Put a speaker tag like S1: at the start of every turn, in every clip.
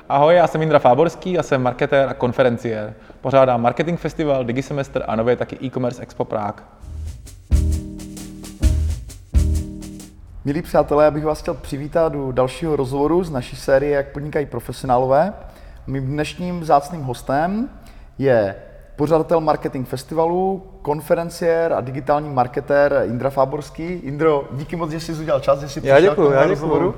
S1: Ahoj, já jsem Indra Fáborský a jsem marketér a konferenciér. Pořádám Marketing Festival, Digisemestr a nově taky e-commerce Expo Prague.
S2: Milí přátelé, já bych vás chtěl přivítat do dalšího rozhovoru z naší série Jak podnikají profesionálové. Mým dnešním vzácným hostem je pořadatel Marketing Festivalu, konferenciér a digitální marketér Indra Fáborský. Indro, díky moc, že jsi udělal čas, že jsi přišel k tomu rozhovoru.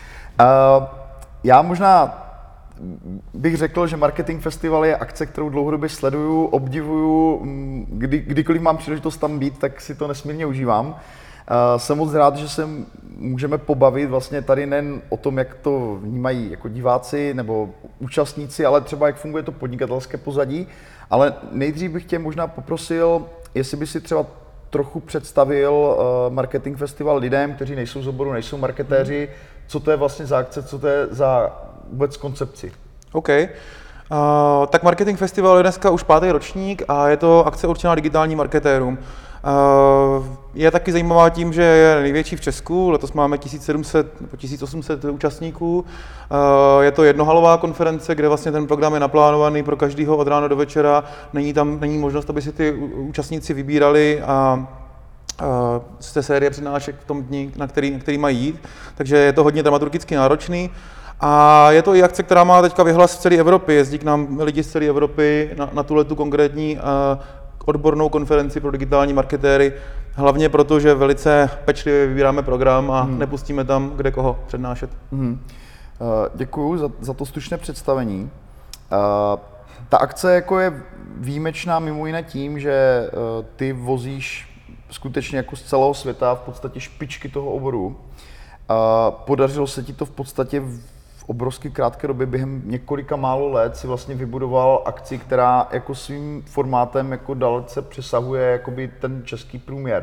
S2: Já možná bych řekl, že Marketing Festival je akce, kterou dlouhodobě sleduju, obdivuju, kdykoliv mám příležitost tam být, tak si to nesmírně užívám. Jsem moc rád, že se můžeme pobavit vlastně tady nejen o tom, jak to vnímají jako diváci nebo účastníci, ale třeba jak funguje to podnikatelské pozadí. Ale nejdřív bych tě možná poprosil, jestli by si třeba trochu představil Marketing Festival lidem, kteří nejsou z oboru, nejsou marketéři, co to je vlastně za akce, co to je za vůbec koncepci.
S3: OK. Tak Marketing Festival je dneska už 5. ročník a je to akce určená digitálním marketérům. Je taky zajímavá tím, že je největší v Česku, letos máme 1700 nebo 1800 účastníků. Je to jednohalová konference, kde vlastně ten program je naplánovaný pro každého od rána do večera. Není možnost, aby si ty účastníci vybírali a z té série přednášek v tom dni, na který mají jít. Takže je to hodně dramaturgicky náročný. A je to i akce, která má teďka vyhlas v celé Evropě. Jezdí k nám lidi z celé Evropy na tuhletu konkrétní odbornou konferenci pro digitální marketéry, hlavně proto, že velice pečlivě vybíráme program a nepustíme tam kde koho přednášet.
S2: Děkuju za to stručné představení. Ta akce jako je výjimečná mimo jiné tím, že ty vozíš skutečně jako z celého světa v podstatě špičky toho oboru. Podařilo se ti to v podstatě v obrovsky krátké době, během několika málo let si vlastně vybudoval akci, která jako svým formátem jako dalece přesahuje jakoby ten český průměr.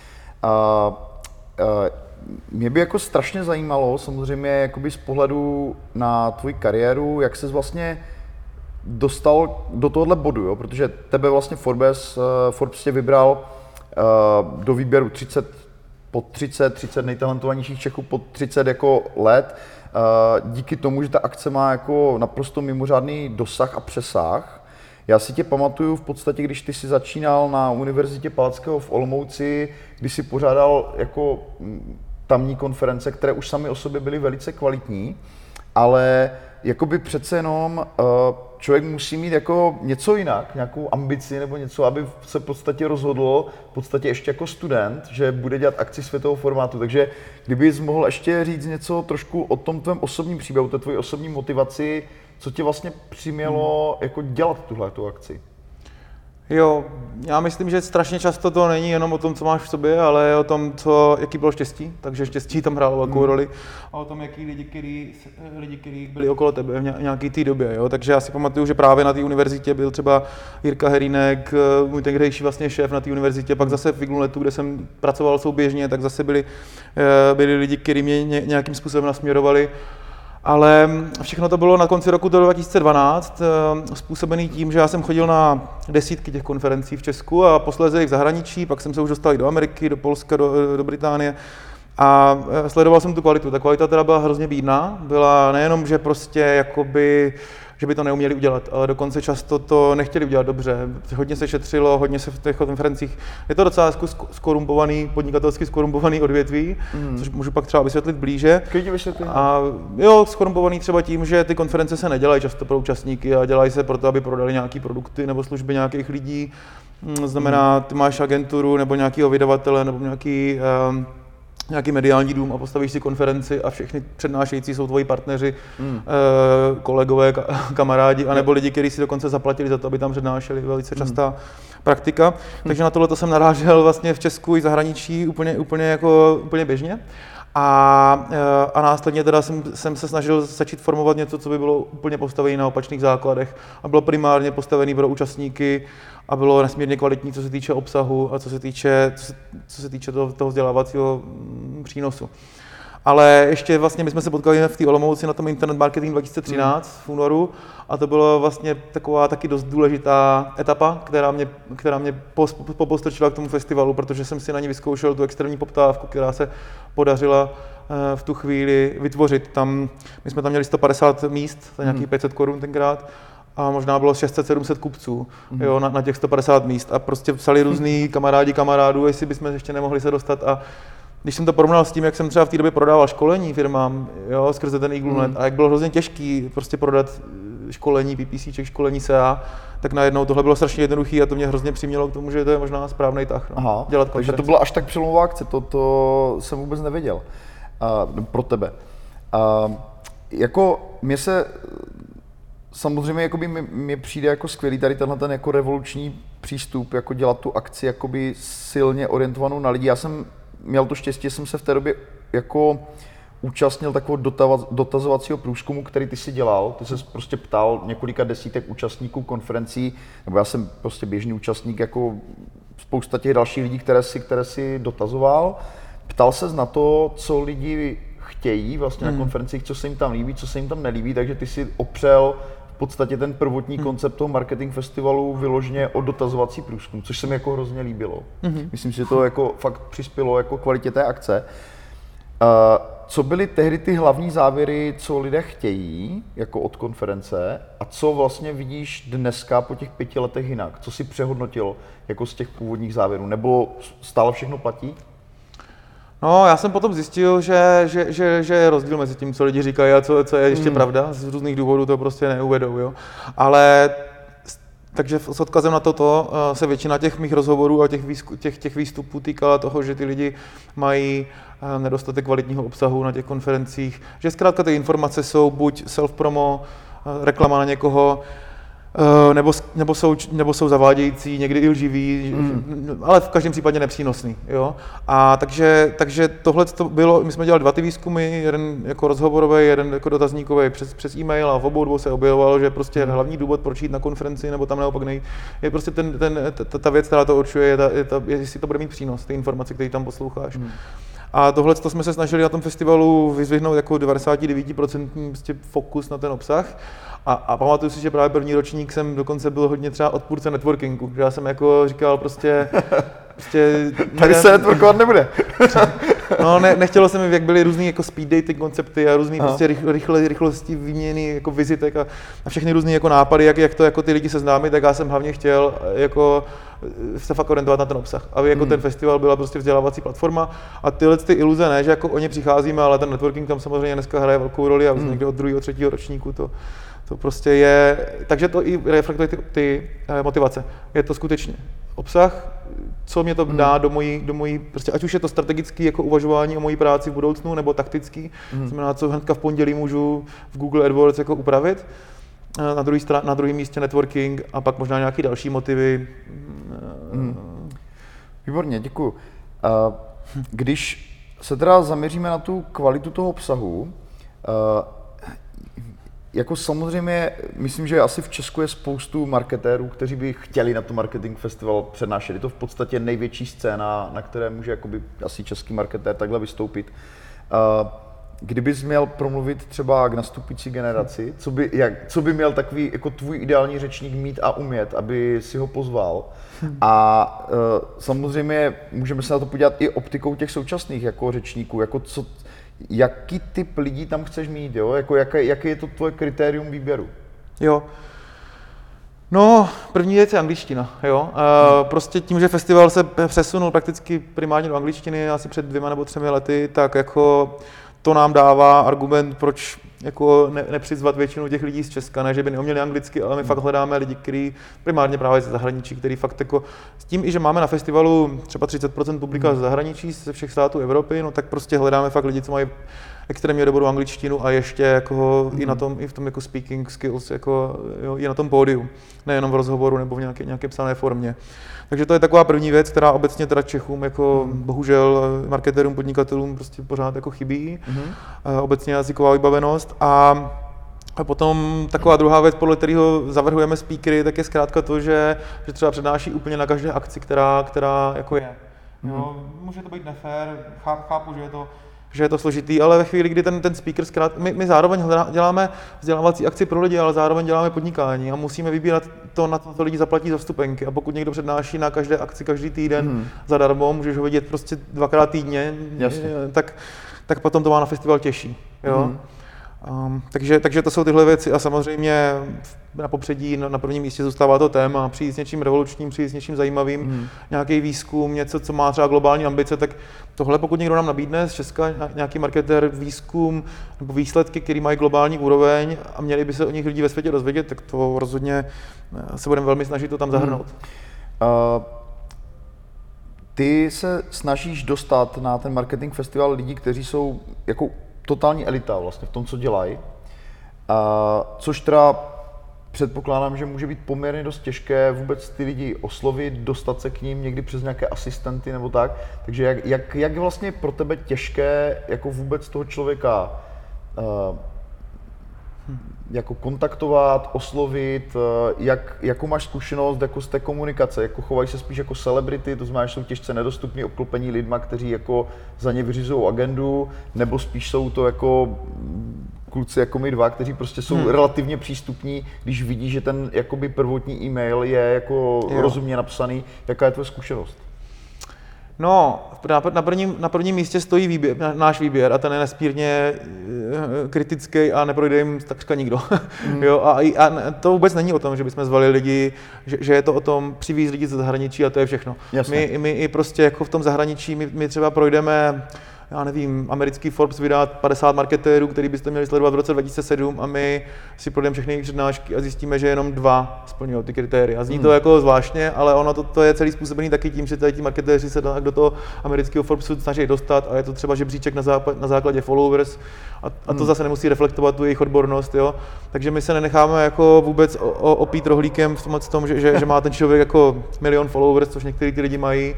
S2: Mě by jako strašně zajímalo, samozřejmě jakoby z pohledu na tvoji kariéru, jak ses vlastně dostal do tohohle bodu, jo? Protože tebe vlastně Forbes tě vybral do výběru 30 nejtalentovanějších Čechů pod 30 jako let. Díky tomu, že ta akce má jako naprosto mimořádný dosah a přesah. Já si tě pamatuju v podstatě, když ty si začínal na Univerzitě Palackého v Olomouci, když si pořádal jako tamní konference, které už sami o sobě byly velice kvalitní, ale jakoby přece jenom člověk musí mít jako něco jinak, nějakou ambici nebo něco, aby se v podstatě rozhodl, v podstatě ještě jako student, že bude dělat akci světového formátu. Takže kdybys mohl ještě říct něco trošku o tom tvém osobním příběhu, té tvojí osobní motivaci, co tě vlastně přimělo jako dělat tuhletu akci?
S3: Jo, já myslím, že strašně často to není jenom o tom, co máš v sobě, ale je o tom, jaký bylo štěstí, takže štěstí tam hrálo velkou roli. A o tom, jaký lidi, kteří byli okolo tebe v nějaké té době. Jo? Takže já si pamatuju, že právě na té univerzitě byl třeba Jirka Herínek, můj tehdejší vlastně šéf na té univerzitě, pak zase v Ignuletu, kde jsem pracoval souběžně, tak zase byli lidi, kteří mě nějakým způsobem nasměrovali. Ale všechno to bylo na konci roku 2012 způsobený tím, že já jsem chodil na desítky těch konferencí v Česku a posléze i v zahraničí, pak jsem se už dostal i do Ameriky, do Polska, do Británie a sledoval jsem tu kvalitu. Ta kvalita teda byla hrozně bídná, byla nejenom, že prostě jakoby, že by to neuměli udělat, ale dokonce často to nechtěli udělat dobře. Hodně se šetřilo, hodně se v těch konferencích. Je to docela podnikatelsky skorumpovaný odvětví, což můžu pak třeba vysvětlit blíže. A jo, skorumpovaný třeba tím, že ty konference se nedělají často pro účastníky a dělají se proto, aby prodali nějaké produkty nebo služby nějakých lidí. Znamená, ty máš agenturu nebo nějakého vydavatele nebo nějaký mediální dům a postavíš si konferenci a všechny přednášející jsou tvoji partneři, kolegové, kamarádi, anebo lidi, kteří si dokonce zaplatili za to, aby tam přednášeli, velice častá praktika. Takže na tohle jsem narážel vlastně v Česku i zahraničí úplně běžně. A následně teda jsem se snažil začít formovat něco, co by bylo úplně postavené na opačných základech a bylo primárně postavené pro účastníky a bylo nesmírně kvalitní, co se týče obsahu a co se týče toho vzdělávacího přínosu. Ale ještě vlastně my jsme se potkali v té Olomouci na tom Internet Marketing 2013 v únoru a to byla vlastně taková taky dost důležitá etapa, která mě popostrčila k tomu festivalu, protože jsem si na ní vyzkoušel tu extrémní poptávku, která se podařila v tu chvíli vytvořit. My jsme tam měli 150 míst za nějakých 500 korun tenkrát a možná bylo 600-700 kupců jo, na těch 150 míst a prostě psali různý kamarádů, jestli bychom ještě nemohli se dostat a když jsem to porovnal s tím, jak jsem třeba v té době prodával školení firmám, jo, skrze ten Eaglenet a jak bylo hrozně těžký prostě prodat školení PPCček, školení SEA, tak najednou tohle bylo strašně jednoduché a to mě hrozně přimělo k tomu, že to je možná správný tah, no,
S2: Aha,
S3: dělat
S2: takže to byla až tak přelomová akce, to jsem vůbec nevěděl pro tebe. Jako mě se samozřejmě jakoby mě přijde jako skvělý tady tenhle ten jako revoluční přístup, jako dělat tu akci jakoby silně orientovanou na lidi. Já jsem měl to štěstí, že jsem se v té době jako účastnil takového dotazovacího průzkumu, který ty si dělal. Ty se prostě ptal několika desítek účastníků konferencí, nebo já jsem prostě běžný účastník, jako spousta těch dalších lidí, které si dotazoval. Ptal ses na to, co lidi chtějí vlastně na konferencích, co se jim tam líbí, co se jim tam nelíbí, takže ty si opřel v podstatě ten prvotní koncept toho marketing festivalu vyloženě o dotazovací průzkum, což se mi jako hrozně líbilo. Myslím si, že to jako fakt přispělo jako kvalitě té akce. Co byly tehdy ty hlavní závěry, co lidé chtějí jako od konference a co vlastně vidíš dneska po těch 5 letech jinak? Co si přehodnotil jako z těch původních závěrů? Nebo stále všechno platí?
S3: No, já jsem potom zjistil, že je rozdíl mezi tím, co lidi říkají a co je ještě pravda. Z různých důvodů to prostě neuvedou, jo. Ale takže s odkazem na toto se většina těch mých rozhovorů a těch výstupů týkala toho, že ty lidi mají nedostatek kvalitního obsahu na těch konferencích, že zkrátka ty informace jsou buď self-promo, reklama na někoho, nebo jsou zavádějící, někdy i lživý, ale v každém případě nepřínosný. Jo? A takže tohle to bylo, my jsme dělali 2 ty výzkumy, jeden jako rozhovorový, jeden jako dotazníkový přes e-mail a v obou dvou se objevovalo, že prostě hlavní důvod, proč jít na konferenci nebo tam naopak nejít, je prostě ta věc, která to určuje, jestli to bude mít přínos, ty informace, které tam posloucháš. A tohle jsme se snažili na tom festivalu vyzvihnout jako 99% prostě fokus na ten obsah. A pamatuju si, že právě první ročník jsem dokonce byl hodně třeba odpůrce networkingu, že já jsem jako říkal prostě
S2: tady se networkovat nebude.
S3: No, nechtělo se mi, jak byly různý jako speed dating koncepty a různý prostě rychlosti výměny jako vizitek a všechny různý jako nápady, jak to jako ty lidi seznámit, tak já jsem hlavně chtěl jako se fakt orientovat na ten obsah. Aby jako ten festival byla prostě vzdělávací platforma a tyhle ty iluze ne, že jako o ně přicházíme, ale ten networking tam samozřejmě dneska hraje velkou roli a někde od 2., 3. ročníku to prostě je, takže to i reflektuje ty motivace. Je to skutečně obsah, co mě to dá do mojí, prostě ať už je to strategický jako uvažování o mojí práci v budoucnu, nebo taktický, znamená, co hnedka v pondělí můžu v Google AdWords jako upravit. Na druhém místě networking a pak možná nějaký další motivy.
S2: Výborně, děkuju. Když se teda zaměříme na tu kvalitu toho obsahu, jako samozřejmě, myslím, že asi v Česku je spoustu marketérů, kteří by chtěli na to marketing festival přednášet. Je to v podstatě největší scéna, na které může jakoby asi český marketér takhle vystoupit. Kdybys měl promluvit třeba k nastupující generaci, co by měl takový jako tvůj ideální řečník mít a umět, aby si ho pozval? A samozřejmě můžeme se na to podívat i optikou těch současných jako řečníků, jako jaký typ lidí tam chceš mít, jo? Jako jaké je to tvoje kritérium výběru?
S3: Jo. No, první věc je angličtina, jo. Prostě tím, že festival se přesunul prakticky primárně do angličtiny asi před 2 nebo 3 lety, tak jako to nám dává argument, proč jako nepřizvat většinu těch lidí z Česka, ne, že by neuměli anglicky, ale my fakt hledáme lidi, kteří primárně právě ze zahraničí, který fakt jako s tím, i že máme na festivalu třeba 30% publika ze zahraničí, ze všech států Evropy, no tak prostě hledáme fakt lidi, co mají extrémně dobrou angličtinu a ještě jako i v tom jako speaking skills, jako jo, i na tom pódiu, nejenom v rozhovoru nebo v nějaké psané formě. Takže to je taková první věc, která obecně teda Čechům jako bohužel marketérům, podnikatelům prostě pořád jako chybí. Obecně jazyková vybavenost a potom taková druhá věc, podle kterého zavrhujeme speakery, tak je zkrátka to, že třeba přednáší úplně na každé akci, která jako je. Jo, může to být nefér, chápu, že je to složitý, ale ve chvíli, kdy ten speaker my zároveň děláme vzdělávací akci pro lidi, ale zároveň děláme podnikání a musíme vybírat to, na to lidi zaplatí za vstupenky. A pokud někdo přednáší na každé akci každý týden zadarmo, můžeš ho vidět prostě 2x týdně, tak potom to má na festival těžší. Jo? Takže to jsou tyhle věci a samozřejmě na popředí, na prvním místě zůstává to téma, přijít s něčím revolučním, přijít s něčím zajímavým, nějaký výzkum, něco, co má třeba globální ambice, tak tohle pokud někdo nám nabídne z Česka, nějaký marketér, výzkum nebo výsledky, které mají globální úroveň a měli by se o nich lidi ve světě dozvědět, tak to rozhodně se budeme velmi snažit to tam zahrnout.
S2: Ty se snažíš dostat na ten marketing festival lidí, kteří jsou jako totální elita vlastně v tom, co dělají, což teda předpokládám, že může být poměrně dost těžké vůbec ty lidi oslovit, dostat se k ním někdy přes nějaké asistenty nebo tak. Takže jak je vlastně pro tebe těžké jako vůbec toho člověka jako kontaktovat, oslovit, jakou máš zkušenost jako z té komunikace, jako chovají se spíš jako celebrity, to znamená, že jsou těžce nedostupní, obklopení lidma, kteří jako za ně vyřizují agendu, nebo spíš jsou to jako kluci jako my dva, kteří prostě jsou relativně přístupní, když vidí, že ten jakoby prvotní e-mail je jako rozumně napsaný. Jaká je tvoje zkušenost?
S3: No, na prvním místě stojí náš výběr a ten je nesmírně kritický a neprojde jim takřka nikdo. Jo, a to vůbec není o tom, že bychom zvali lidi, že je to o tom přivízt lidi ze zahraničí a to je všechno. My i prostě jako v tom zahraničí, my třeba projdeme, já nevím, americký Forbes vydá 50 marketérů, který byste měli sledovat v roce 2007 a my si projdeme všechny jejich přednášky a zjistíme, že jenom 2 splňují ty kritéria. Zní to jako zvláštně, ale ono to je celý způsobený taky tím, že tady ti marketéři se do toho amerického Forbesu snaží dostat a je to třeba žebříček na základě followers a to zase nemusí reflektovat tu jejich odbornost, jo. Takže my se nenecháme jako vůbec opít rohlíkem v tom, že má ten člověk jako 1 milion followers, což některý ty lidi mají.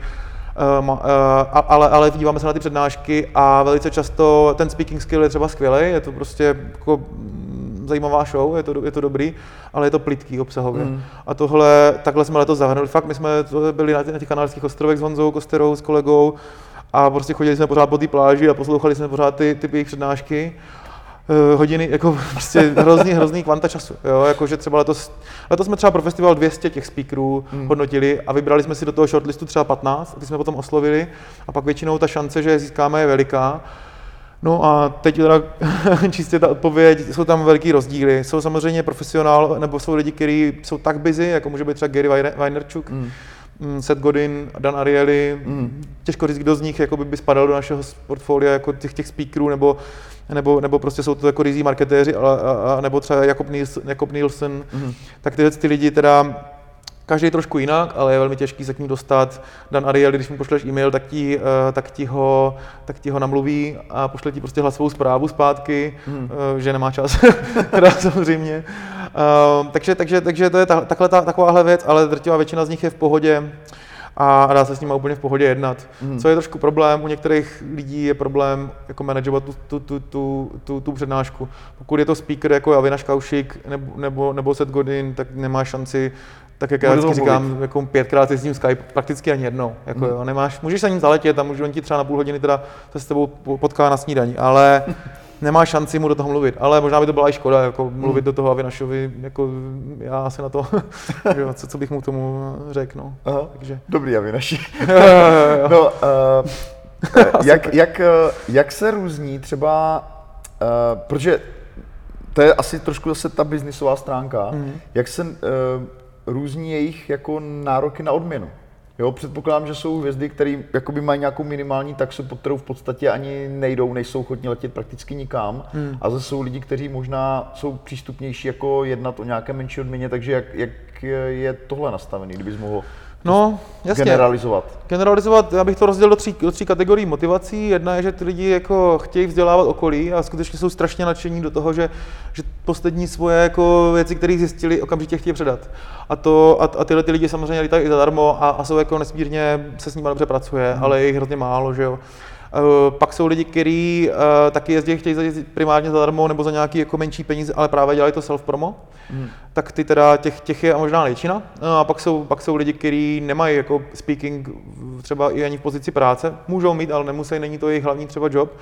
S3: Ale díváme se na ty přednášky a velice často ten speaking skill je třeba skvělý, je to prostě jako zajímavá show, je to dobrý, ale je to plytký obsahově. A takhle jsme letos zahrnuli. Fakt, my jsme byli na těch Kanárských ostrovech s Honzou Kosterou, s kolegou a prostě chodili jsme pořád po té pláži a poslouchali jsme pořád ty jejich přednášky. Hodiny, jako prostě hrozný kvanta času, jo, jakože třeba letos jsme třeba pro festival 200 těch speakerů hodnotili a vybrali jsme si do toho shortlistu třeba 15 a ty jsme potom oslovili a pak většinou ta šance, že je získáme, je veliká. No a teď teda čistě ta odpověď, jsou tam veliký rozdíly, jsou samozřejmě profesionál, nebo jsou lidi, kteří jsou tak busy, jako může být třeba Gary Vaynerchuk, Seth Godin, Dan Ariely, těžko říct, kdo z nich by spadal do našeho portfolia jako těch speakerů, nebo prostě jsou to jako rizí marketéři, nebo třeba Jakob Nielsen, tak ty lidi teda, každý trošku jinak, ale je velmi těžký se k ním dostat. Dan Ariely, když mu pošleš e-mail, tak ti ho namluví a pošle ti prostě hlasovou zprávu zpátky, že nemá čas, teda samozřejmě. Takže to je takováhle věc, ale drtivá většina z nich je v pohodě a dá se s nimi úplně v pohodě jednat. Co je trošku problém, u některých lidí je problém jako manažovat tu přednášku. Pokud je to speaker jako Avinash Kaushik nebo Seth Godin, tak nemá šanci, tak jak já vždycky říkám, jako 5krát je s ním Skype, prakticky ani jednou. Jako jo, můžeš se ním zaletět a on ti třeba na půl hodiny teda se s tebou potká na snídani, ale nemá šanci mu do toho mluvit, ale možná by to byla i škoda, jako mluvit do toho Avinashovi, jako já asi na to, co bych mu tomu řekl, no.
S2: Aha,
S3: takže.
S2: Dobrý Avinashi. No, jak se různí třeba, protože to je asi trošku zase ta biznisová stránka, jak se různí jejich jako nároky na odměnu? Jo, předpokládám, že jsou hvězdy, které mají nějakou minimální taxu, pod kterou v podstatě ani nejsou ochotní letět prakticky nikam. A zase jsou lidi, kteří možná jsou přístupnější jako jednat o nějaké menší odměně, takže jak je tohle nastavený, kdybys mohl
S3: generalizovat, já bych to rozdělil do tří kategorií motivací. Jedna je, že ty lidi jako chtějí vzdělávat okolí a skutečně jsou strašně nadšení do toho, že poslední svoje jako věci, které zjistili, okamžitě chtějí předat. A tyhle ty lidi samozřejmě lítají i zadarmo a jsou jako nesmírně, se s nimi dobře pracuje, ale je jich hrozně málo, že jo. Pak jsou lidi, kteří taky jezdí, chtějí jezdit primárně zadarmo nebo za nějaký jako menší peníze, ale právě dělají to self-promo. Tak ty teda těch je možná většina. A pak jsou lidi, kteří nemají jako speaking třeba i ani v pozici práce. Můžou mít, ale nemusí, není to jejich hlavní třeba job.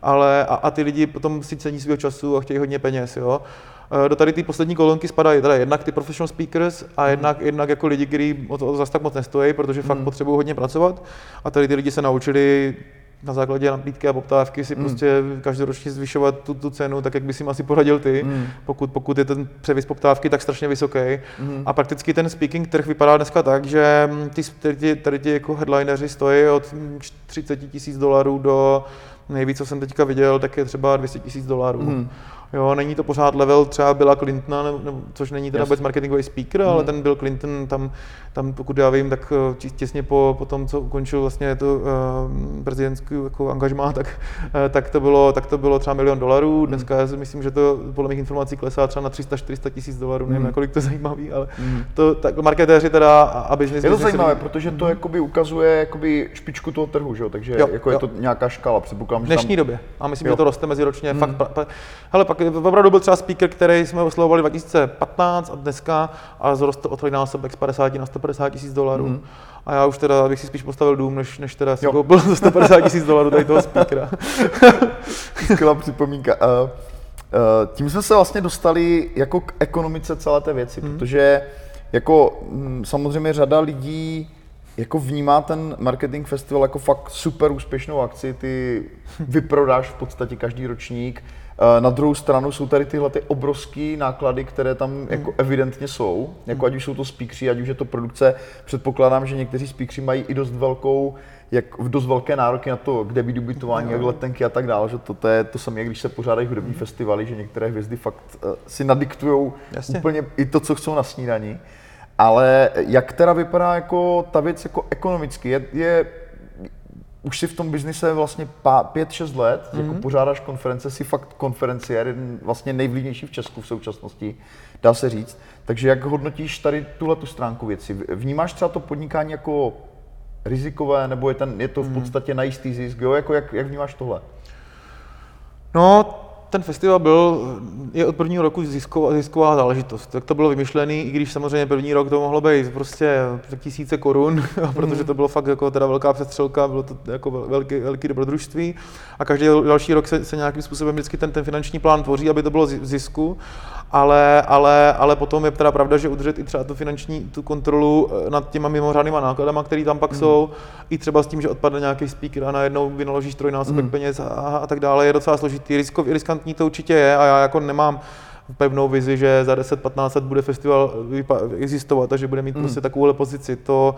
S3: a ty lidi potom si cení svého času a chtějí hodně peněz, jo. Do tady ty poslední kolonky spadají teda jednak ty professional speakers a jednak jako lidi, kteří o to zase tak moc nestojí, protože fakt potřebují hodně pracovat a tady ty lidi se naučili na základě nabídky a poptávky si prostě každoročně zvyšovat tu cenu, tak jak bys jim asi poradil ty, pokud je ten převis poptávky tak strašně vysoký. A prakticky ten speaking trh vypadá dneska tak, že tady ti jako headlineři stojí od $30,000 do nejvíc, co jsem teďka viděl, tak je třeba $200,000. Jo, není to pořád level třeba Billa Clintona, což není teda vůbec marketingový speaker, ale ten Bill Clinton tam pokud já vím, tak těsně po tom, co ukončil vlastně to prezidentský jako angažmá, tak to bylo třeba $1 milion. Dneska já si myslím, že to podle mých informací klesá třeba na $300,000–400,000, nevím, nakolik to je zajímavý, ale to tak marketéři teda a business.
S2: Je to zajímavé, protože to jakoby ukazuje jakoby špičku toho trhu, že jo? Takže jako je to nějaká škála, předpokládám, že
S3: dnešní době. A myslím, že to roste meziročně. Hele, pak opravdu byl třeba speaker, který jsme oslovovali 2015 a dneska a zrostl o trojnásobek z 50 na $150,000. A já už teda bych si spíš postavil dům, než teda si koupil za $150,000 tady toho speakera.
S2: Skvělá připomínka. Tím jsme se vlastně dostali jako k ekonomice celé té věci, protože jako samozřejmě řada lidí jako vnímá ten marketing festival jako fakt super úspěšnou akci, ty vyprodáš v podstatě každý ročník. Na druhou stranu jsou tady tyhle ty obrovské náklady, které tam jako evidentně jsou, jako ať už jsou to speakři, ať už je to produkce. Předpokládám, že někteří speakři mají i dost velké nároky na to, kde být ubytování, jak letenky a tak dále, že to je to samé, když se pořádají hudební festivaly, že některé hvězdy fakt si nadiktujou úplně i to, co chcou na snídani. Ale jak teda vypadá jako ta věc jako ekonomicky? Už si v tom biznise vlastně 5-6 let, jako pořádáš konference, si fakt konferenciér, jeden vlastně nejvlivnější v Česku v současnosti, dá se říct. Takže jak hodnotíš tady tuhletu stránku věci? Vnímáš třeba to podnikání jako rizikové, nebo je to v podstatě na jistý zisk, jo? Jako jak vnímáš tohle?
S3: No, ten festival je od prvního roku zisková záležitost. Tak to bylo vymyšlený, i když samozřejmě první rok to mohlo být prostě tisíce korun, protože to bylo fakt jako teda velká přestřelka, bylo to jako velký dobrodružství a každý další rok se nějakým způsobem vždycky ten finanční plán tvoří, aby to bylo v zisku, ale potom je teda pravda, že udržet i třeba tu kontrolu nad těma mimořádnýma nákladama, které tam pak jsou, i třeba s tím, že odpadne nějaký speaker a najednou vynaložíš trojnásobek peněz a tak dále, je docela složitý. Riskantní to určitě je a já jako nemám pevnou vizi, že za 10-15 let bude festival existovat a že bude mít prostě takovouhle pozici. To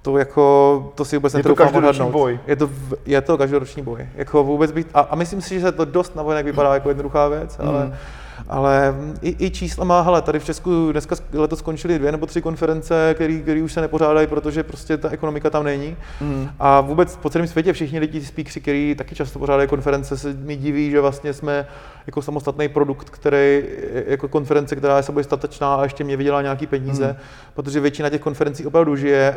S3: si vůbec netroufám odhadnout. Je to každoroční boj. Jako vůbec a myslím si, že se to dost navenek vypadá jako jednoduchá věc, ale i číslama, hele, tady v Česku dneska letos skončily 2 nebo 3 konference, které už se nepořádají, protože prostě ta ekonomika tam není. A vůbec po celém světě všichni lidi speakři, kteří taky často pořádají konference, se mi diví, že vlastně jsme jako samostatný produkt, který jako konference, která je sobě statečná a ještě mě vydělá nějaký peníze, protože většina těch konferencí opravdu žije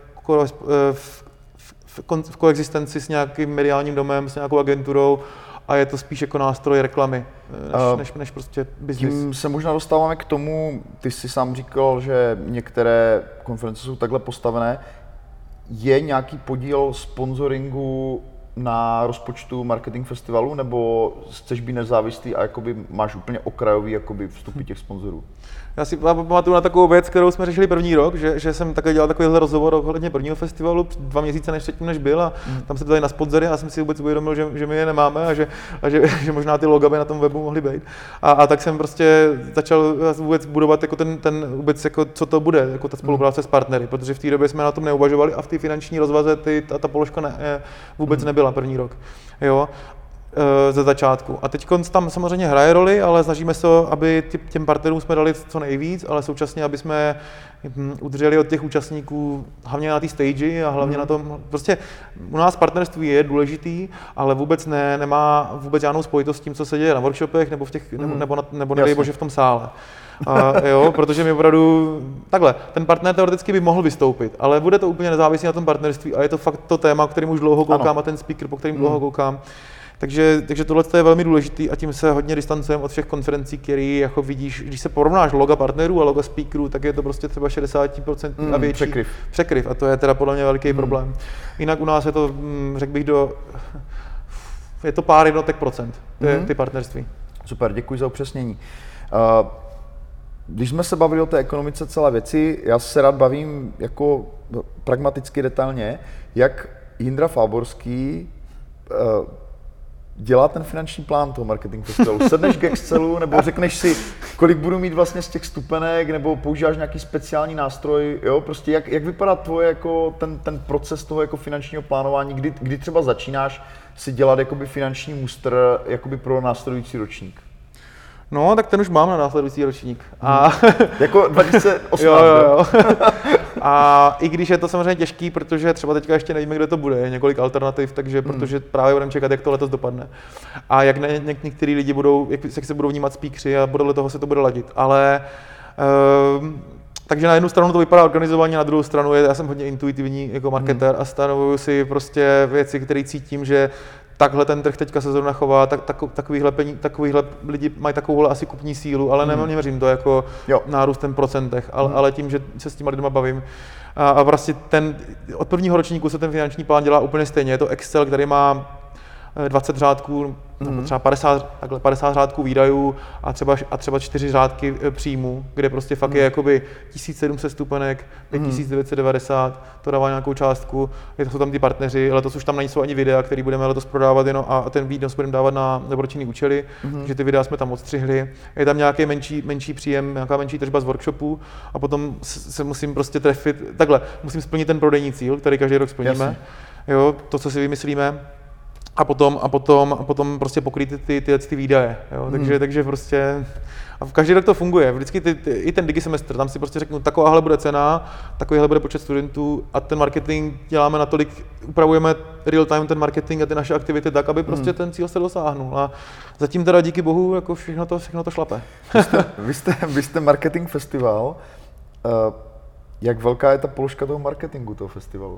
S3: v koexistenci s nějakým mediálním domem, s nějakou agenturou a je to spíš jako nástroj reklamy, než prostě business.
S2: Tím se možná dostáváme k tomu, ty jsi sám říkal, že některé konference jsou takhle postavené. Je nějaký podíl sponsoringu na rozpočtu marketing festivalu, nebo chceš být nezávislý a jakoby máš úplně okrajový jakoby vstupy těch sponzorů?
S3: Já si pamatuju na takovou věc, kterou jsme řešili první rok, že jsem také dělal takovýhle rozhovor ohledně prvního festivalu 2 měsíce než byl a tam se ptali na sponzory a já jsem si vůbec uvědomil, že my je nemáme a že možná ty loga by na tom webu mohly být. A tak jsem prostě začal vůbec budovat jako ten vůbec jako co to bude, jako ta spolupráce s partnery, protože v té době jsme na tom neuvažovali a v té finanční rozvaze ta položka vůbec nebyla první rok. Jo. Ze začátku. A teď tam samozřejmě hraje roli, ale snažíme se, aby těm partnerům jsme dali co nejvíc, ale současně, aby jsme udrželi od těch účastníků hlavně na té stage a hlavně na tom, prostě u nás partnerství je důležitý, ale vůbec nemá vůbec žádnou spojitost s tím, co se děje na workshopech nebo nebo nedej bože v tom sále. Jo, protože mi opravdu takhle, ten partner teoreticky by mohl vystoupit, ale bude to úplně nezávislý na tom partnerství a je to fakt to téma, kterým už dlouho koukám a ten speaker, po kterým dlouho koukám. Takže tohle je velmi důležitý a tím se hodně distancujeme od všech konferencí, které jako vidíš, když se porovnáš loga partnerů a loga speakerů, tak je to prostě třeba 60% a větší překryv a to je teda podle mě velký problém. Jinak u nás je to, řekl bych, je to pár jednotek procent, ty partnerství.
S2: Super, děkuji za upřesnění. Když jsme se bavili o té ekonomice celé věci, já se rád bavím jako pragmaticky detailně, jak Jindra Fáborský dělá ten finanční plán toho marketing festivalu. Sedneš k Excelu nebo řekneš si, kolik budu mít vlastně z těch stupenek, nebo používáš nějaký speciální nástroj, jo? Prostě jak vypadá tvoje jako ten proces toho jako finančního plánování, kdy třeba začínáš si dělat jakoby finanční mustr jakoby pro následující ročník?
S3: No, tak ten už mám na následující ročník. A
S2: jako 2018,
S3: jo. A i když je to samozřejmě těžký, protože třeba teďka ještě nevíme, kde to bude, je několik alternativ, takže protože právě budeme čekat, jak to letos dopadne. A jak některý lidi budou, jak se budou vnímat speakři a podle toho se to bude ladit. Ale takže na jednu stranu to vypadá organizovaně, na druhou stranu já jsem hodně intuitivní jako marketér a stanovuju si prostě věci, které cítím, že takhle ten trh teďka se zrovna chová, takovýhle lidi mají takovouhle asi kupní sílu, ale neměřím to jako nárůstem procentech, ale tím, že se s těma lidma bavím. A vlastně od prvního ročníku se ten finanční plán dělá úplně stejně. Je to Excel, který má 20 řádků, třeba 50 řádků výdajů a třeba 4 řádky příjmů, kde prostě fakt je jakoby 1700 stupenek, 5990, to dává nějakou částku, jsou tam ty partneři, letos už tam nejsou ani videa, který budeme letos prodávat jenom a ten výnos budeme dávat na dobročinný účely, takže ty videa jsme tam odstřihli. Je tam nějaký menší příjem, nějaká menší tržba z workshopu a potom se musím prostě trefit, musím splnit ten prodejní cíl, který každý rok splníme, jo, to, co si vymyslíme. A potom prostě pokrýt ty výdaje, jo? Takže prostě a v každý rok to funguje, vždycky i ten digisemestr, tam si prostě řeknu, takováhle bude cena, takovýhle bude počet studentů a ten marketing děláme natolik, upravujeme real time ten marketing a ty naše aktivity tak, aby prostě ten cíl se dosáhnul a zatím teda díky bohu jako všechno to šlape.
S2: Vy jste marketing festival, jak velká je ta položka toho marketingu toho festivalu?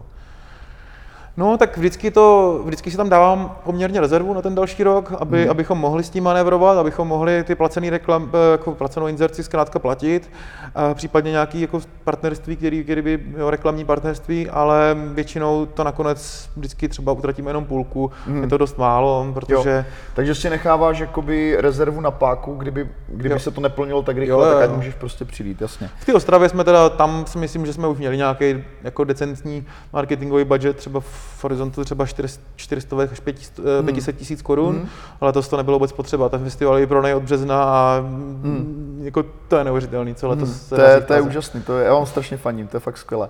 S3: No, tak vždycky si tam dávám poměrně rezervu na ten další rok, abychom mohli s tím manévrovat, abychom mohli ty jako placenou inzerci zkrátka platit, případně nějaký jako partnerství, který by reklamní partnerství, ale většinou to nakonec vždycky třeba utratíme jenom půlku, je to dost málo, protože...
S2: Takže si necháváš jakoby rezervu na páku, kdyby se to neplnilo tak rychle, tak ať můžeš prostě přijít, jasně.
S3: V té Ostravě jsme tam si myslím, že jsme už měli nějaký jako decentní marketingový budget, třeba v horizontu třeba 400 až 500 tisíc korun, ale to nebylo vůbec potřeba. Ten festival je prodej od března a jako to je neuvěřitelný, co letos
S2: to je úžasný, já vám strašně faním, to je fakt skvělé.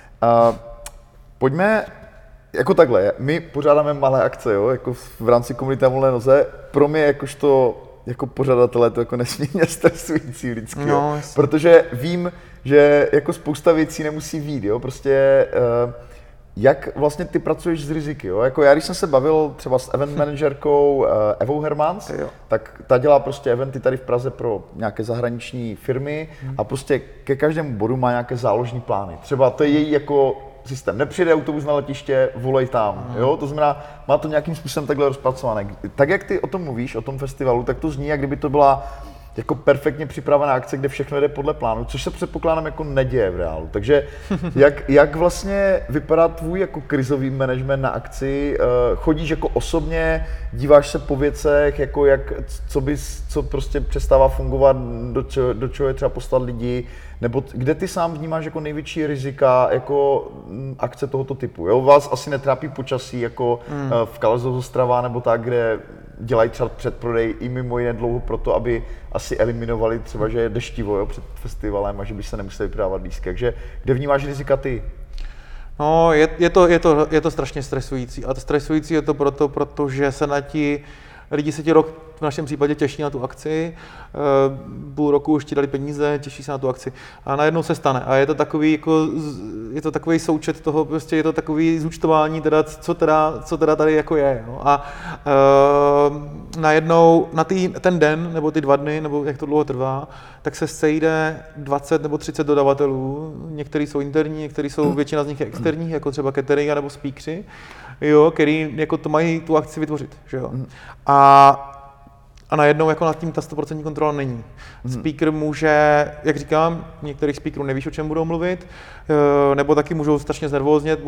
S2: Pojďme, jako takhle, my pořádáme malé akce, jo, jako v rámci komunity na volné noze, pro mě jakožto jako pořadatele to jako nesmírně stresující vždycky, no, protože vím, že jako spousta věcí nemusí vyjít, jo, prostě jak vlastně ty pracuješ s riziky, jo? Jako já, když jsem se bavil třeba s event manažerkou Evou Hermans, tak ta dělá prostě eventy tady v Praze pro nějaké zahraniční firmy a prostě ke každému bodu má nějaké záložní plány. Třeba to je její jako systém. Nepřijde autobus na letiště, volej tam, jo? To znamená, má to nějakým způsobem takhle rozpracované. Tak jak ty o tom mluvíš, o tom festivalu, tak to zní, jak kdyby to byla jako perfektně připravená akce, kde všechno jde podle plánu, což se předpokládám jako neděje v reálu. Takže jak vlastně vypadá tvůj jako krizový management na akci? Chodíš jako osobně, díváš se po věcech, jako co prostě přestává fungovat, do čeho je třeba poslat lidi, nebo kde ty sám vnímáš jako největší rizika jako akce tohoto typu? Jo? Vás asi netrápí počasí jako v Kalezo z Ostrava nebo tak, kde dělají třeba předprodej i mimo jiné dlouho proto, aby asi eliminovali třeba, že je deštivo, jo, před festivalem a že by se nemuseli prodávat lístky. Takže kde vnímáš rizika ty?
S3: No, je to strašně stresující. A to stresující je to protože se lidi se ti rok v našem případě těší na tu akci, půl roku už ti dali peníze, těší se na tu akci a najednou se stane. A je to takový součet toho, prostě je to takový zúčtování, teda, co teda tady jako je. No. A najednou na ten den, nebo ty 2 dny, nebo jak to dlouho trvá, tak se sejde 20 nebo 30 dodavatelů, někteří jsou interní, někteří jsou, většina z nich je externích, jako třeba catering nebo speakři, jo, který jako to mají tu akci vytvořit, že jo. A a najednou jako nad tím ta 100% kontrola není. Speaker může, jak říkám, některých speakerů nevíš, o čem budou mluvit, nebo taky můžou strašně znervóznět,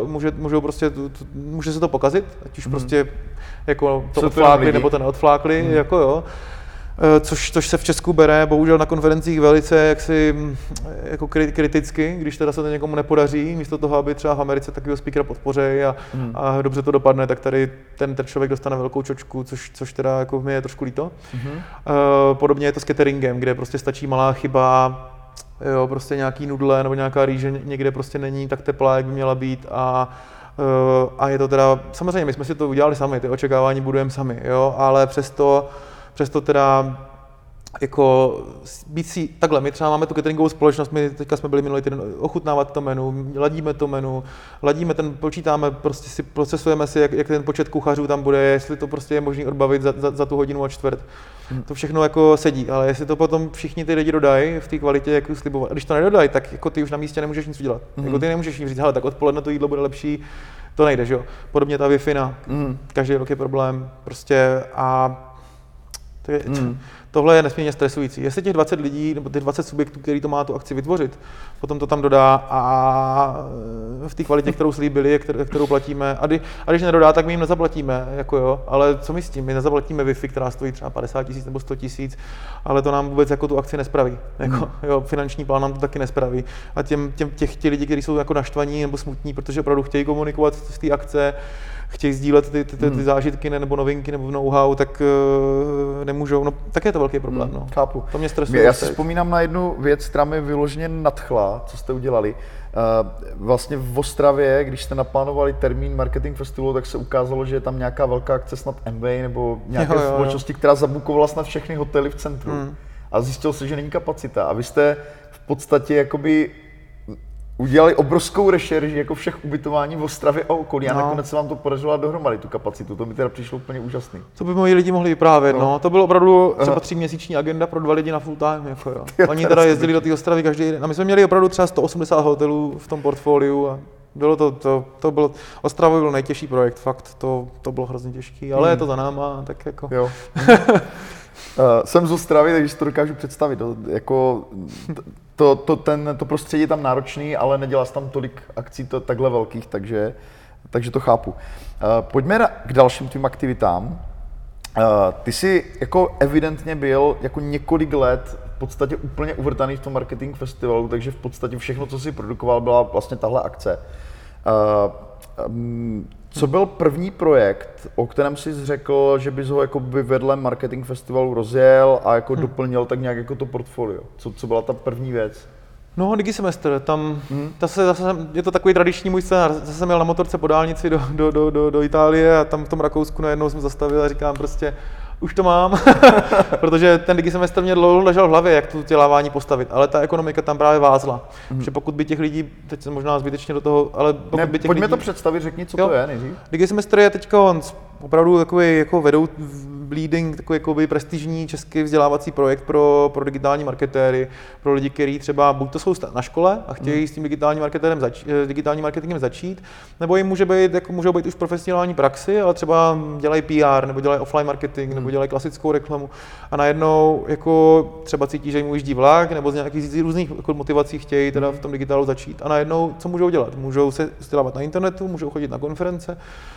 S3: může se to pokazit, ať už prostě jako to odflákli, nebo to neodflákli, jako jo. Což se v Česku bere bohužel na konferencích velice jaksi jako kriticky, když teda se to někomu nepodaří, místo toho, aby třeba v Americe takového speakera podpoří a dobře to dopadne, tak tady ten člověk dostane velkou čočku, což teda jako mi je trošku líto. Podobně je to s cateringem, kde prostě stačí malá chyba, jo, prostě nějaký nudle nebo nějaká rýže někde prostě není tak teplá, jak by měla být a je to teda, samozřejmě my jsme si to udělali sami, ty očekávání budujeme sami, jo, ale přesto teda jako být si, takhle, my třeba máme tu cateringovou společnost, my teďka jsme byli minulý týden ochutnávat to menu, ladíme počítáme, prostě si procesujeme si, jak ten počet kuchařů tam bude, jestli to prostě je možné odbavit za tu hodinu a čtvrt. To všechno jako sedí, ale jestli to potom všichni ty lidi dodají v té kvalitě, jak slibovat. A když to nedodají, tak jako ty už na místě nemůžeš nic udělat. Jako ty nemůžeš jim říct, hele, tak odpoledne to jídlo bude lepší, to nejde, že jo. Podobně ta Wi-Fi, každý rok je problém, prostě a tohle je nesmírně stresující. Jestli těch 20 lidí nebo těch 20 subjektů, který to má tu akci vytvořit, potom to tam dodá a v té kvalitě, kterou slíbili, kterou platíme, a když nedodá, tak my jim nezaplatíme, jako jo, ale co my s tím? My nezaplatíme Wi-Fi, která stojí třeba 50 000 nebo 100 000, ale to nám vůbec jako tu akci nespraví. Jako, jo, finanční plán nám to taky nespraví. A ti lidi, kteří jsou jako naštvaní nebo smutní, protože opravdu chtějí komunikovat z té akce, chtějí sdílet ty zážitky nebo novinky nebo know-how, tak nemůžou, no tak je to velký problém. No.
S2: Chápu.
S3: To mě stresuje.
S2: Já si vzpomínám na jednu věc, která mi vyloženě nadchla, co jste udělali. Vlastně v Ostravě, když jste naplánovali termín Marketing Festivalu, tak se ukázalo, že je tam nějaká velká akce, snad Amway nebo nějaké společnosti, která zabukovala snad všechny hotely v centru. A zjistil se, že není kapacita. A vy jste v podstatě jakoby udělali obrovskou rešerži jako všech ubytování v Ostravě a okolí a nakonec se vám to podařilo dohromady, tu kapacitu. To mi teda přišlo úplně úžasný.
S3: To by moji lidi mohli vyprávět, no. To bylo opravdu třeba 3měsíční agenda pro 2 lidi na full time, jako jo. Oni teda jezdili do té Ostravy každý den a my jsme měli opravdu třeba 180 hotelů v tom portfoliu a bylo to bylo, Ostrava byl nejtěžší projekt, fakt, to bylo hrozně těžký, ale je to za náma, tak jako.
S2: Jo. Jsem z Ostravy, takže si to dokážu představit. To prostředí je tam náročný, ale nedělá se tam tolik akcí takhle velkých, takže to chápu. Pojďme k dalším tvým aktivitám. Ty jsi jako evidentně byl jako několik let v podstatě úplně uvrtaný v tom Marketing Festivalu, takže v podstatě všechno, co jsi produkoval, byla vlastně tahle akce. Co byl první projekt, o kterém jsi řekl, že bys ho jako by vedle Marketing Festivalu rozjel a jako doplnil tak nějak jako to portfolio? Co byla ta první věc?
S3: No, Digisemester, tam zase je to takový tradiční můj scénář. Zase jsem jel na motorce po dálnici do Itálie a tam v tom Rakousku najednou jsem zastavil a říkám prostě, už to mám, protože ten Digisemester mě dlouho ležel v hlavě, jak to vzdělávání postavit, ale ta ekonomika tam právě vázla. Že pokud by těch lidí, teď jsem možná zbytečně do toho, ale pokud by těch
S2: pojďme
S3: lidí...
S2: to představit, řekni, co to je nejdřív.
S3: Digisemester je teď opravdu takový jako leading, takový jakoby prestižní český vzdělávací projekt pro digitální marketéry, pro lidi, kteří třeba buď to jsou na škole a chtějí s tím digitálním marketingem začít, nebo jim můžou být už profesionální praxi, ale třeba dělají PR, nebo dělají offline marketing, nebo dělají klasickou reklamu a najednou jako třeba cítí, že jim ujíždí vlak, nebo z nějakých různých motivací chtějí teda v tom digitálu začít a najednou co můžou dělat? Můžou se vzdělávat na internetu, můžou chodit na konference,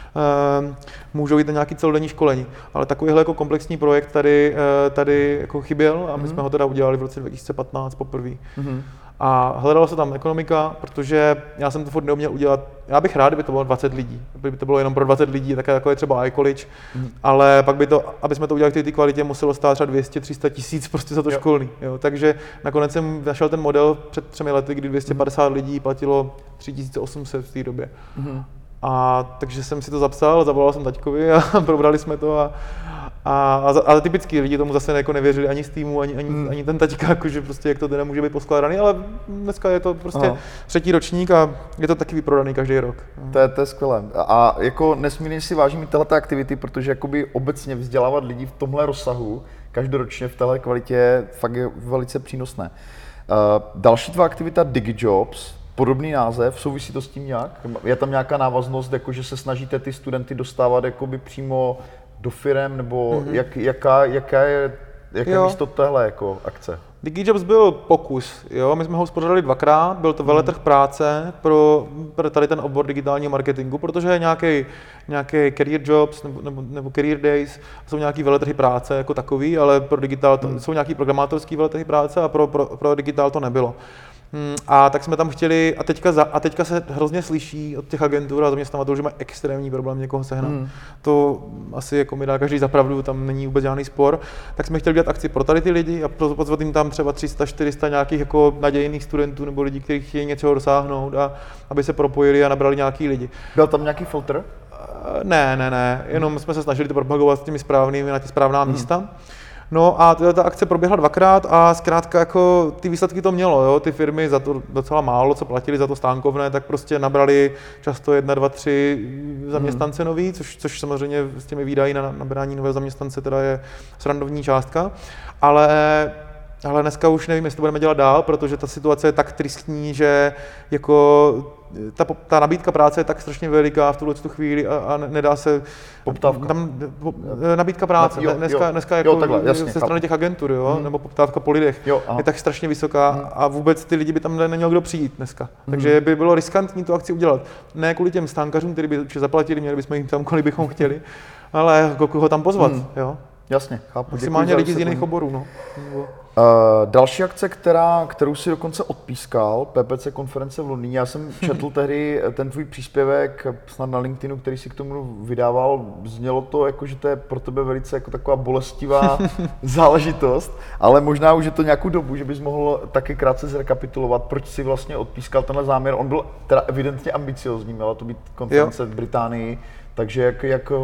S3: můžou jít na nějaký celodenní školení, ale takovýhle jako komplexní projekt tady jako chyběl a my jsme ho teda udělali v roce 2015 poprvé. A hledala se tam ekonomika, protože já jsem to furt neuměl udělat. Já bych rád, kdyby to bylo 20 lidí, kdyby to bylo jenom pro 20 lidí, tak jako je třeba iCollege, ale pak by to, aby jsme to udělali v té kvalitě, muselo stát třeba 200-300 tisíc prostě za to školný. Jo. Takže nakonec jsem našel ten model před 3 lety, kdy 250 lidí platilo 3800 v té době. A takže jsem si to zapsal, zavolal jsem taťkovi a probrali jsme to ale typicky lidi tomu zase jako nevěřili ani z týmu, ani ten taťka, jakože prostě jak to teda může být poskládaný, ale dneska je to prostě 3. ročník a je to taky vyprodaný každý rok.
S2: To je skvělé. A jako nesmírně si vážím této aktivity, protože jakoby obecně vzdělávat lidi v tomhle rozsahu každoročně v téhle kvalitě fakt je velice přínosné. Další tvá aktivita DigiJobs, podobný název, souvisí to s tím nějak? Je tam nějaká návaznost, jako že se snažíte ty studenty dostávat jakoby přímo do firem, nebo jaké je místo téhle jako akce?
S3: DigiJobs byl pokus, jo? My jsme ho uspořádali 2krát, byl to veletrh práce pro tady ten obor digitálního marketingu, protože je nějaký career jobs nebo career days, jsou nějaký veletrhy práce jako takový, ale pro digitál jsou nějaký programátorský veletrhy práce a pro digitál to nebylo. A tak jsme tam chtěli, a teďka se hrozně slyší od těch agentur a zaměstnavatelů, že mají extrémní problém někoho sehnat. To asi jako mi dá každý za pravdu, tam není vůbec žádný spor. Tak jsme chtěli dělat akci pro tady ty lidi a pozvat jim tam třeba 300-400 nějakých jako nadějných studentů nebo lidí, kteří chtějí něčeho dosáhnout a aby se propojili a nabrali nějaký lidi.
S2: Byl tam nějaký filtr?
S3: Ne, jenom jsme se snažili to propagovat s těmi správnými na ty správná místa. No a ta akce proběhla 2krát a zkrátka jako ty výsledky to mělo, jo? Ty firmy za to docela málo, co platili za to stánkovné, tak prostě nabrali často 1, 2, 3 zaměstnance nový, což samozřejmě s těmi výdaji na nabrání nového zaměstnance teda je srandovní částka, ale dneska už nevím, jestli to budeme dělat dál, protože ta situace je tak tristní, že jako ta nabídka práce je tak strašně veliká v tuhle chvíli a nedá se...
S2: Poptávka.
S3: Nabídka práce. Dneska jako
S2: takhle, jasně,
S3: ze strany těch agentur, jo? Nebo poptávka po lidech je tak strašně vysoká a vůbec ty lidi by tam neměl kdo přijít dneska. Takže by bylo riskantní tu akci udělat. Ne kvůli těm stánkařům, kteří by určitě zaplatili, měli bychom jim tam, kolik bychom chtěli, ale koho tam pozvat, jo?
S2: Jasně, chápu.
S3: Maximálně lidi z jiných oborů, no.
S2: Další akce, kterou si dokonce odpískal, PPC konference v Londýně. Já jsem četl tehdy ten tvůj příspěvek snad na LinkedInu, který si k tomu vydával. Znělo to jako, že to je pro tebe velice jako taková bolestivá záležitost, ale možná už je to nějakou dobu, že bys mohl taky krátce zrekapitulovat, proč si vlastně odpískal tenhle záměr. On byl teda evidentně ambiciozní, měla to být konference v Británii, takže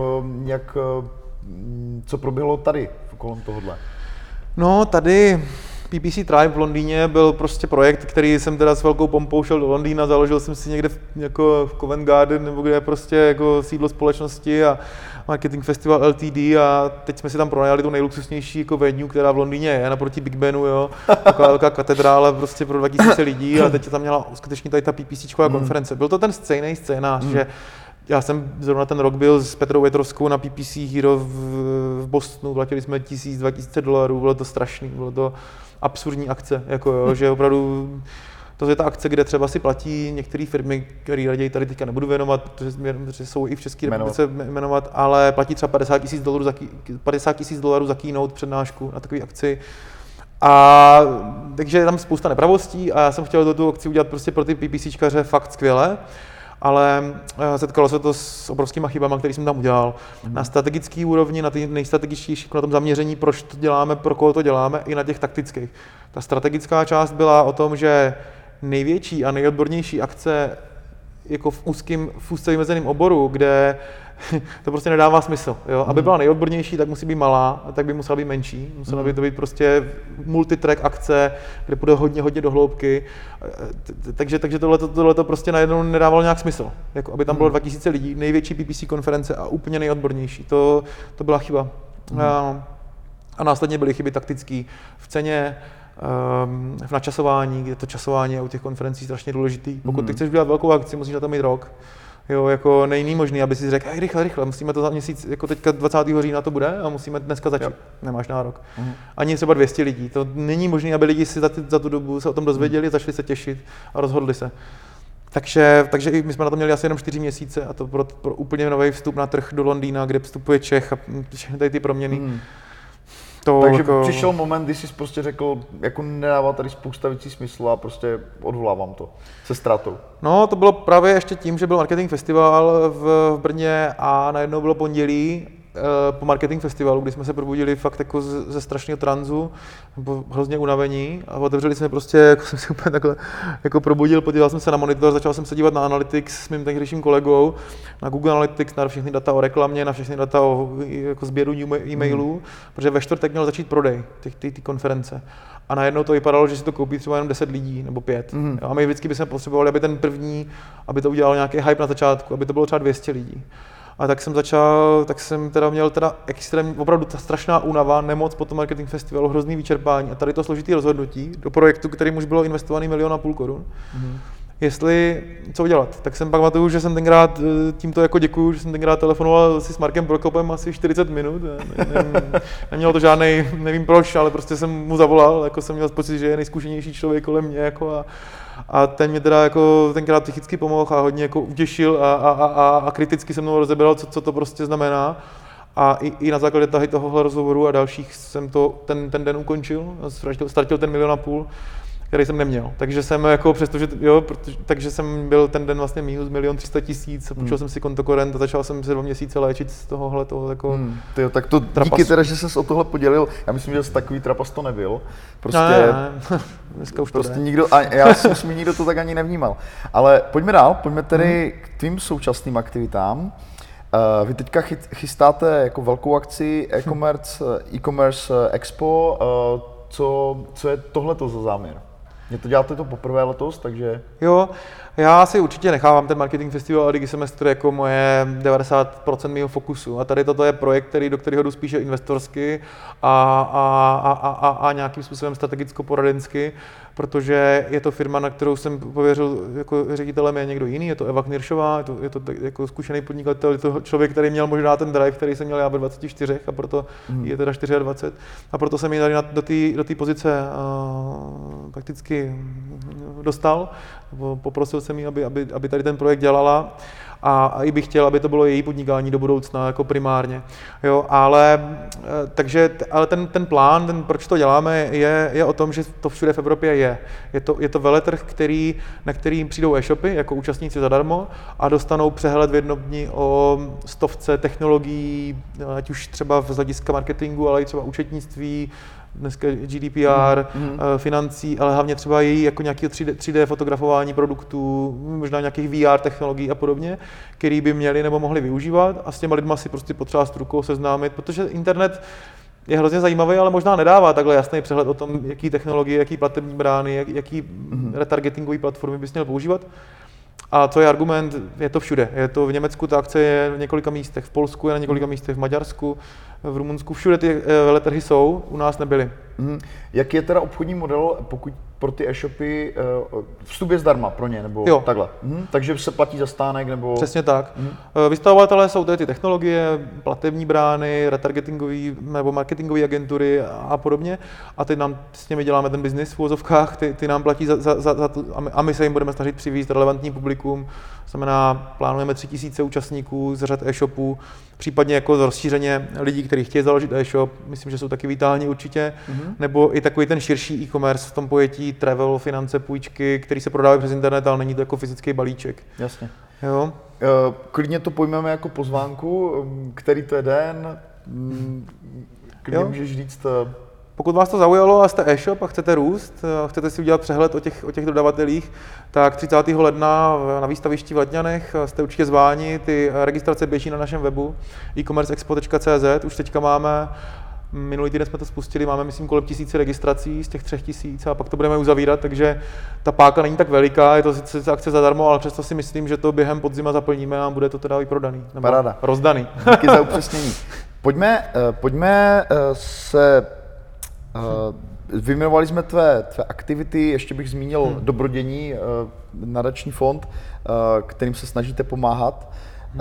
S2: co proběhlo tady kolem tohohle?
S3: No, tady PPC Tribe v Londýně byl prostě projekt, který jsem teda s velkou pompou šel do Londýna, založil jsem si někde jako v Covent Garden, nebo kde je prostě jako sídlo společnosti a Marketing Festival Ltd. A teď jsme si tam pronajali tu nejluxusnější jako venue, která v Londýně je, naproti Big Benu, jo, taková velká katedrála prostě pro 2000 lidí a teď tam měla skutečně tady ta PPCčková konference. Byl to ten stejný scénář, že já jsem zrovna ten rok byl s Petrou Větrovskou na PPC Hero v Bostonu, platili jsme $1000–2000, bylo to strašný, bylo to absurdní akce, jako jo, že opravdu to je ta akce, kde třeba si platí některé firmy, které raději tady teďka nebudu věnovat, protože jsou i v České republice jmenovat, ale platí třeba $50,000 za keynote přednášku na takové akci. A takže je tam spousta nepravostí a já jsem chtěl tu akci udělat prostě pro ty PPCčkaře fakt skvěle. Ale setkalo se to s obrovskýma chybama, které jsem tam udělal. Na strategické úrovni, na ty nejstrategičtější, na tom zaměření, proč to děláme, pro koho to děláme, i na těch taktických. Ta strategická část byla o tom, že největší a nejodbornější akce jako v úzce vymezeném oboru, kde to prostě nedává smysl. Jo? Aby byla nejodbornější, tak musí být malá, tak by musela být menší. Musela by to být prostě multitrack akce, kde půjde hodně do hloubky. Takže tohle prostě najednou nedávalo nějak smysl. Jako, aby tam bylo 2000 lidí, největší PPC konference a úplně nejodbornější. To byla chyba. A následně byly chyby taktické v ceně, v načasování, kde to časování je u těch konferencí strašně důležitý. Pokud ty chceš udělat velkou akci, musíš na to mít rok. Jo, jako není možný, aby si řekl, rychle, musíme to za měsíc, jako teďka 20. října to bude a musíme dneska začít. Nemáš nárok. Ani třeba 200 lidí. To není možné, aby lidi si za tu dobu se o tom dozvěděli, začali se těšit a rozhodli se. Takže i my jsme na to měli asi jenom 4 měsíce a to pro úplně nový vstup na trh do Londýna, kde vstupuje Čech a všechny tady ty proměny.
S2: Takže jako přišel moment, kdy jsi prostě řekl, jako nedává tady spousta věcí smysl a prostě odvolávám to se ztrátou.
S3: No, to bylo právě ještě tím, že byl Marketing Festival v Brně a najednou bylo pondělí po Marketing Festivalu, kdy jsme se probudili fakt jako ze strašného tranzu, nebo hrozně unavení a otevřeli jsme prostě, jako jsem si úplně takhle jako probudil, podíval jsem se na monitor, začal jsem se dívat na Analytics s mým tehdejším kolegou, na Google Analytics, na všechny data o reklamě, na všechny data o jako sběru e-mailů, protože ve čtvrtek měl začít prodej ty konference. A najednou to vypadalo, že si to koupí třeba jenom 10 lidí nebo 5. A my vždycky bychom potřebovali, aby ten první, aby to udělal nějaký hype na začátku, aby to bylo třeba 200 lidí. A tak jsem teda měl extrémně, opravdu ta strašná únava, nemoc po tom Marketing Festivalu, hrozný vyčerpání a tady to složitý rozhodnutí do projektu, kterým už bylo investovaný 1,5 milionu korun. co udělat. Tak jsem pak pamatuju, že jsem tenkrát, tímto jako děkuju, že jsem tenkrát telefonoval si s Markem Prokopem asi 40 minut. Nemělo to žádnej, nevím proč, ale prostě jsem mu zavolal, jako jsem měl pocit, že je nejzkušenější člověk kolem mě, jako a ten mě teda jako tenkrát psychicky pomohl a hodně jako utěšil a kriticky se mnou rozebral, co to prostě znamená. A i na základě tohohle rozhovoru a dalších jsem to ten den ukončil, ztratil ten 1,5 milionu, který jsem neměl. Takže jsem jako takže jsem byl ten den vlastně minus 1 300 000, půjčil jsem si kontokorent a začal jsem se 2 měsíce léčit z tohohle toho jako
S2: tak to trapas. Díky teda, že ses o tohle podělil, já myslím, že jsi takový trapas to nebyl. Prostě,
S3: ne. Dneska už
S2: prostě nikdo, a já si myslím, nikdo to tak ani nevnímal. Ale pojďme dál, pojďme tedy k tvým současným aktivitám. Vy teďka chystáte jako velkou akci e-commerce Expo. Co je tohleto za záměr? To děláte to poprvé letos, takže...
S3: Jo, já si určitě nechávám ten marketing festival a Digisemestr jako moje 90% mého fokusu. A tady toto je projekt, do kterého jdu spíše investorsky a nějakým způsobem strategicko-poradensky, protože je to firma, na kterou jsem pověřil jako ředitelem je někdo jiný, je to Eva Kniršová, je to jako zkušený podnikatel, je to člověk, který měl možná ten drive, který jsem měl já ve 24 a proto je teda 24. A proto jsem ji tady do té pozice prakticky dostal. Poprosil jsem ji, aby tady ten projekt dělala a i bych chtěl, aby to bylo její podnikání do budoucna jako primárně. Jo, ale ten plán, proč to děláme, je o tom, že to všude v Evropě je. Je to veletrh, na který přijdou e-shopy jako účastníci zadarmo a dostanou přehled v jednom dni o 100 technologií, ať už třeba z hlediska marketingu, ale i třeba účetnictví, dneska GDPR, financí, ale hlavně třeba i jako nějakého 3D fotografování produktů, možná nějakých VR technologií a podobně, který by měli nebo mohli využívat a s těma lidma si prostě potřeba s rukou seznámit, protože internet je hrozně zajímavý, ale možná nedává takhle jasný přehled o tom, jaký technologie, jaký platební brány, jaký retargetingové platformy bys měl používat. A co je argument, je to všude. Je to v Německu, ta akce je v několika místech, v Polsku je na několika místech, v Maďarsku, v Rumunsku, všude ty veletrhy jsou, u nás nebyly.
S2: Jaký je teda obchodní model, pokud pro ty e-shopy vstup je zdarma pro ně, nebo
S3: jo.
S2: Takhle? Takže se platí za stánek, nebo...
S3: Přesně tak. Vystavovatelé jsou ty technologie, platební brány, retargetingové nebo marketingové agentury a podobně. A teď nám s nimi děláme ten biznis v uvozovkách, ty nám platí za to, a my se jim budeme snažit přivést relevantní publikum. Znamená, plánujeme 3000 účastníků z řad e-shopů, případně jako rozšířeně lidí, kteří chtějí založit e-shop, myslím, že jsou taky vítáni určitě, nebo i takový ten širší e-commerce v tom pojetí travel, finance, půjčky, který se prodávají přes internet, ale není to jako fyzický balíček.
S2: Jasně.
S3: Jo?
S2: Klidně to pojmeme jako pozvánku, který to je den, klidně můžeš říct...
S3: Pokud vás to zaujalo a jste e-shop a chcete růst, a chcete si udělat přehled o těch dodavatelích, tak 30. ledna na výstavišti v Letňanech jste určitě zváni. Ty registrace běží na našem webu e-commerceexpo.cz. Už teďka máme, minulý týden jsme to spustili, máme myslím kolem 1000 registrací z těch 3000 a pak to budeme uzavírat, takže ta páka není tak veliká, je to sice akce zadarmo, ale přesto si myslím, že to během podzima zaplníme a bude to teda vyprodaný.
S2: Paráda.
S3: Rozdaný.
S2: Díky za upřesnění. Pojďme se... Vyjmenovali jsme tvé aktivity, ještě bych zmínil Dobrodění, nadační fond, kterým se snažíte pomáhat.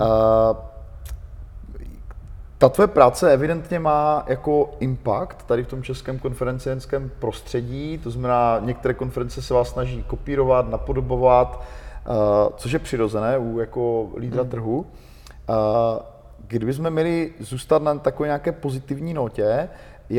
S2: Ta tvoje práce evidentně má jako impact tady v tom českém konferenciénském prostředí, to znamená, některé konference se vás snaží kopírovat, napodobovat, což je přirozené u jako lídra trhu. Kdybychom měli zůstat na takové nějaké pozitivní notě,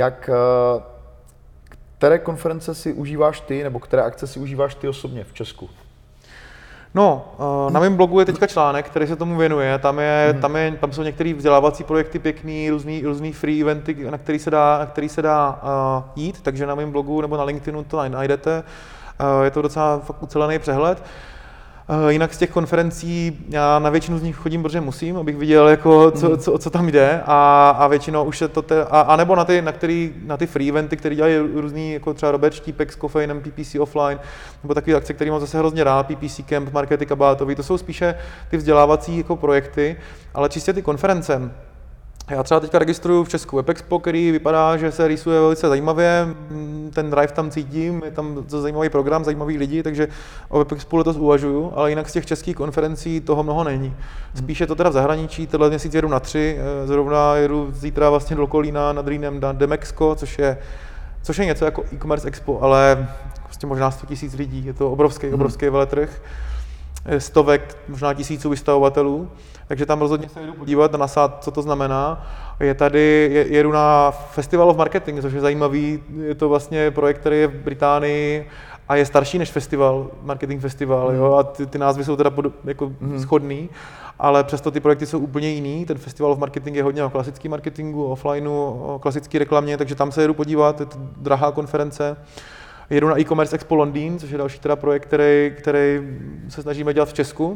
S2: které konference si užíváš ty, nebo které akce si užíváš ty osobně v Česku?
S3: No, na mém blogu je teďka článek, který se tomu věnuje. Tam jsou některé vzdělávací projekty pěkný, různý free eventy, na který se dá jít, takže na mém blogu nebo na LinkedInu to najdete. Je to docela fakt ucelený přehled. Jinak z těch konferencí já na většinu z nich chodím, protože musím, abych viděl, jako, co tam jde a většinou už je to, nebo na ty free eventy, které dělají různý, jako třeba Robert Štípek s Kofeinem, PPC Offline, nebo takové akce, které mám zase hrozně rád, PPC Camp, Markety Kabátový, to jsou spíše ty vzdělávací jako projekty, ale čistě ty konference Já třeba teďka registruju v Česku WebExpo, který vypadá, že se rýsuje velice zajímavě, ten drive tam cítím, je tam zajímavý program, zajímavý lidi, takže o WebExpo letos uvažuju, ale jinak z těch českých konferencí toho mnoho není. Spíš je to teda v zahraničí, tenhle měsíc jedu na 3, zrovna jedu zítra vlastně do Kolína nad Rýnem na Demexco, což je něco jako e-commerce expo, ale prostě možná 100 000 lidí, je to obrovský veletrh, stovek, možná tisíců vystavovatelů, takže tam rozhodně se jdu podívat a nasát, co to znamená. Jedu na Festival of Marketing, což je zajímavý, je to vlastně projekt, který je v Británii a je starší než Marketing Festival, jo, a ty názvy jsou teda shodný, ale přesto ty projekty jsou úplně jiný. Ten Festival of Marketing je hodně o klasický marketingu, offlineu, o klasické reklamě, takže tam se jedu podívat, je to drahá konference. Jedu na e-commerce Expo Londýn, což je další teda projekt, který se snažíme dělat v Česku.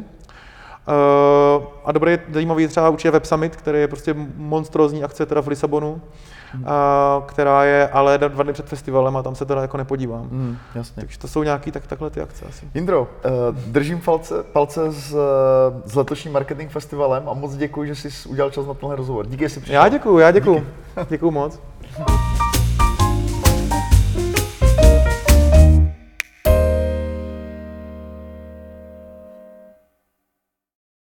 S3: A dobrý, zajímavý je třeba určitě Web Summit, který je prostě monstrózní akce teda v Lisabonu, která je ale 2 dny před festivalem a tam se teda jako nepodívám.
S2: Jasně.
S3: Takže to jsou nějaký takhle ty akce asi.
S2: Jindro, držím palce s letošním marketing festivalem a moc děkuji, že jsi udělal čas na tenhle rozhovor. Díky, že jsi přišel.
S3: Já děkuju. Děkuju moc.